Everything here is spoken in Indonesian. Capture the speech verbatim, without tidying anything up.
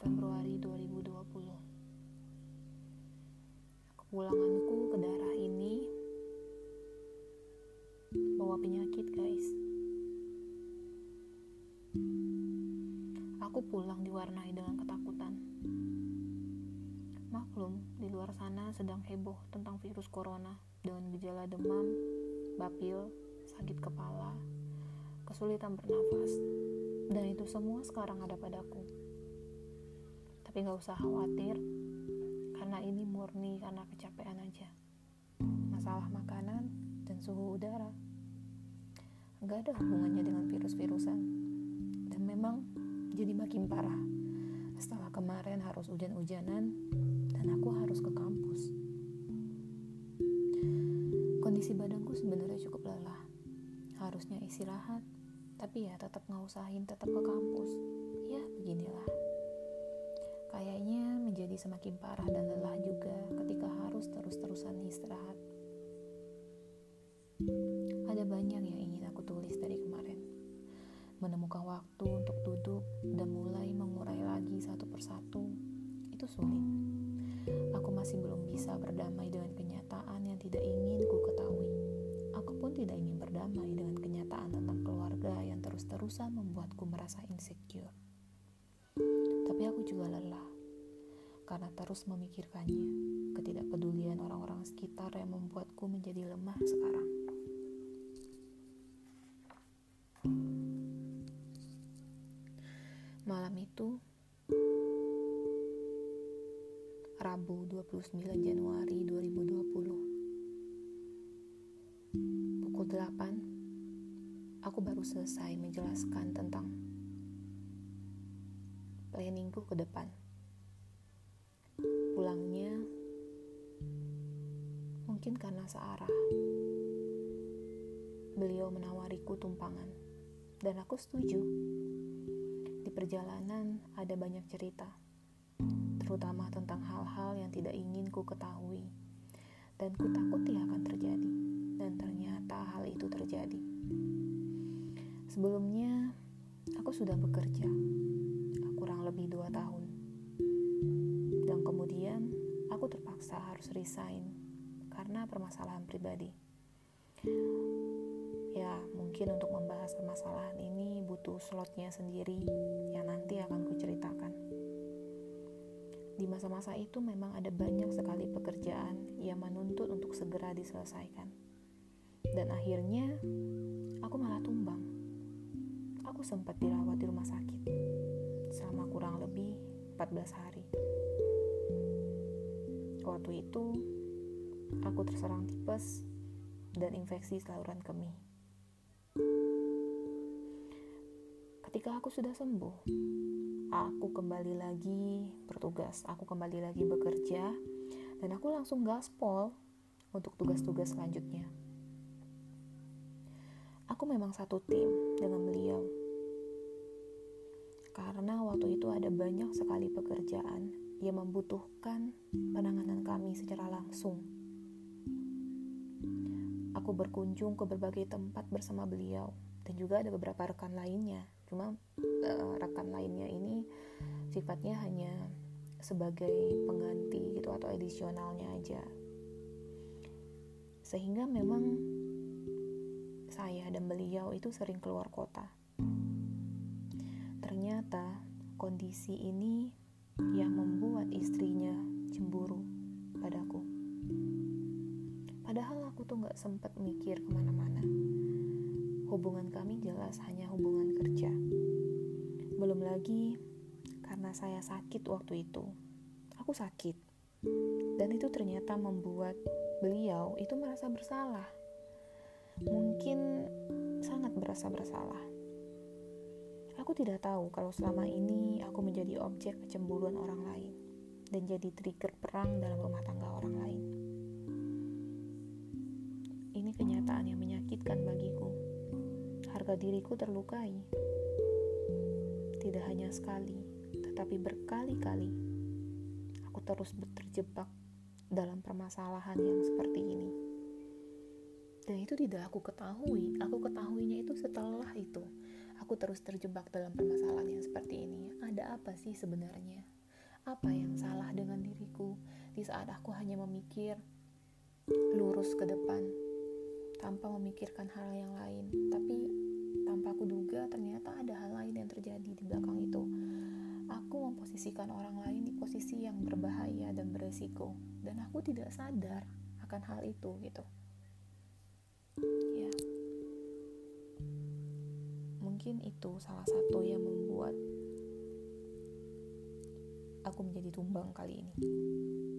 Februari dua ribu dua puluh. Kepulanganku ke daerah ini bawa penyakit, guys. Aku pulang diwarnai dengan ketakutan. Maklum, di luar sana sedang heboh tentang virus corona dengan gejala demam, bapil, sakit kepala, kesulitan bernafas, dan itu semua sekarang ada padaku. Tapi gak usah khawatir, karena ini murni karena kecapean aja. Masalah makanan dan suhu udara gak ada hubungannya dengan virus-virusan. Dan memang jadi makin parah setelah kemarin harus hujan-hujanan dan aku harus ke kampus. Kondisi badanku sebenarnya cukup lelah, harusnya istirahat, tapi ya tetap ngausahin tetap ke kampus. Ya beginilah, kayaknya menjadi semakin parah dan lelah juga ketika harus terus-terusan istirahat. Ada banyak yang ingin aku tulis dari kemarin, menemukan waktu untuk duduk dan mulai mengurai lagi satu persatu itu sulit. Aku masih belum bisa berdamai dengan kenyataan yang tidak ingin ku ketahui. Aku pun tidak ingin berdamai dengan kenyataan tentang keluarga yang terus-terusan membuatku merasa insecure. Tapi aku juga lelah karena terus memikirkannya. Ketidakpedulian orang-orang sekitar yang membuatku menjadi lemah sekarang. Malam itu, Rabu dua puluh sembilan Januari dua ribu dua puluh, pukul delapan, aku baru selesai menjelaskan tentang planningku ke depan. Pulangnya mungkin karena searah. Beliau menawariku tumpangan dan aku setuju. Di perjalanan ada banyak cerita, terutama tentang hal-hal yang tidak ingin ku ketahui dan ku takuti akan terjadi, dan ternyata hal itu terjadi. Sebelumnya aku sudah bekerja kurang lebih dua tahun, dan kemudian aku terpaksa harus resign karena permasalahan pribadi. Ya, mungkin untuk membahas permasalahan ini butuh slotnya sendiri yang nanti akan kuceritakan. Di masa-masa itu memang ada banyak sekali pekerjaan yang menuntut untuk segera diselesaikan. Dan akhirnya aku malah tumbang. Aku sempat dirawat di rumah sakit selama kurang lebih empat belas hari. Waktu itu aku terserang tipes dan infeksi saluran kemih. Ketika aku sudah sembuh, aku kembali lagi bertugas, aku kembali lagi bekerja, dan aku langsung gaspol untuk tugas-tugas selanjutnya. Aku memang satu tim dengan beliau, karena waktu itu ada banyak sekali pekerjaan yang membutuhkan penanganan kami secara langsung. Aku berkunjung ke berbagai tempat bersama beliau, dan juga ada beberapa rekan lainnya. Cuma uh, rekan lainnya ini sifatnya hanya sebagai pengganti gitu atau edisionalnya aja. Sehingga memang saya dan beliau itu sering keluar kota. Ternyata kondisi ini yang membuat istrinya cemburu padaku. Padahal aku tuh gak sempat mikir kemana-mana. Hubungan kami jelas hanya hubungan kerja. Belum lagi karena saya sakit waktu itu. Aku sakit. Dan itu ternyata membuat beliau itu merasa bersalah. Mungkin sangat berasa bersalah. Aku tidak tahu kalau selama ini aku menjadi objek kecemburuan orang lain dan jadi trigger perang dalam rumah tangga orang lain. Ini kenyataan yang menyakitkan bagiku. Harga diriku terlukai. Tidak hanya sekali, tetapi berkali-kali. Aku terus terjebak dalam permasalahan yang seperti ini. Dan itu tidak aku ketahui. Aku ketahuinya itu setelah itu. Aku terus terjebak dalam permasalahan yang seperti ini. Ada apa sih sebenarnya? Apa yang salah dengan diriku di saat aku hanya memikir lurus ke depan tanpa memikirkan hal yang lain? Tapi tanpa aku duga ternyata ada hal lain yang terjadi di belakang itu. Aku memposisikan orang lain di posisi yang berbahaya dan beresiko, dan aku tidak sadar akan hal itu gitu. Ya, mungkin itu salah satu yang membuat aku menjadi tumbang kali ini.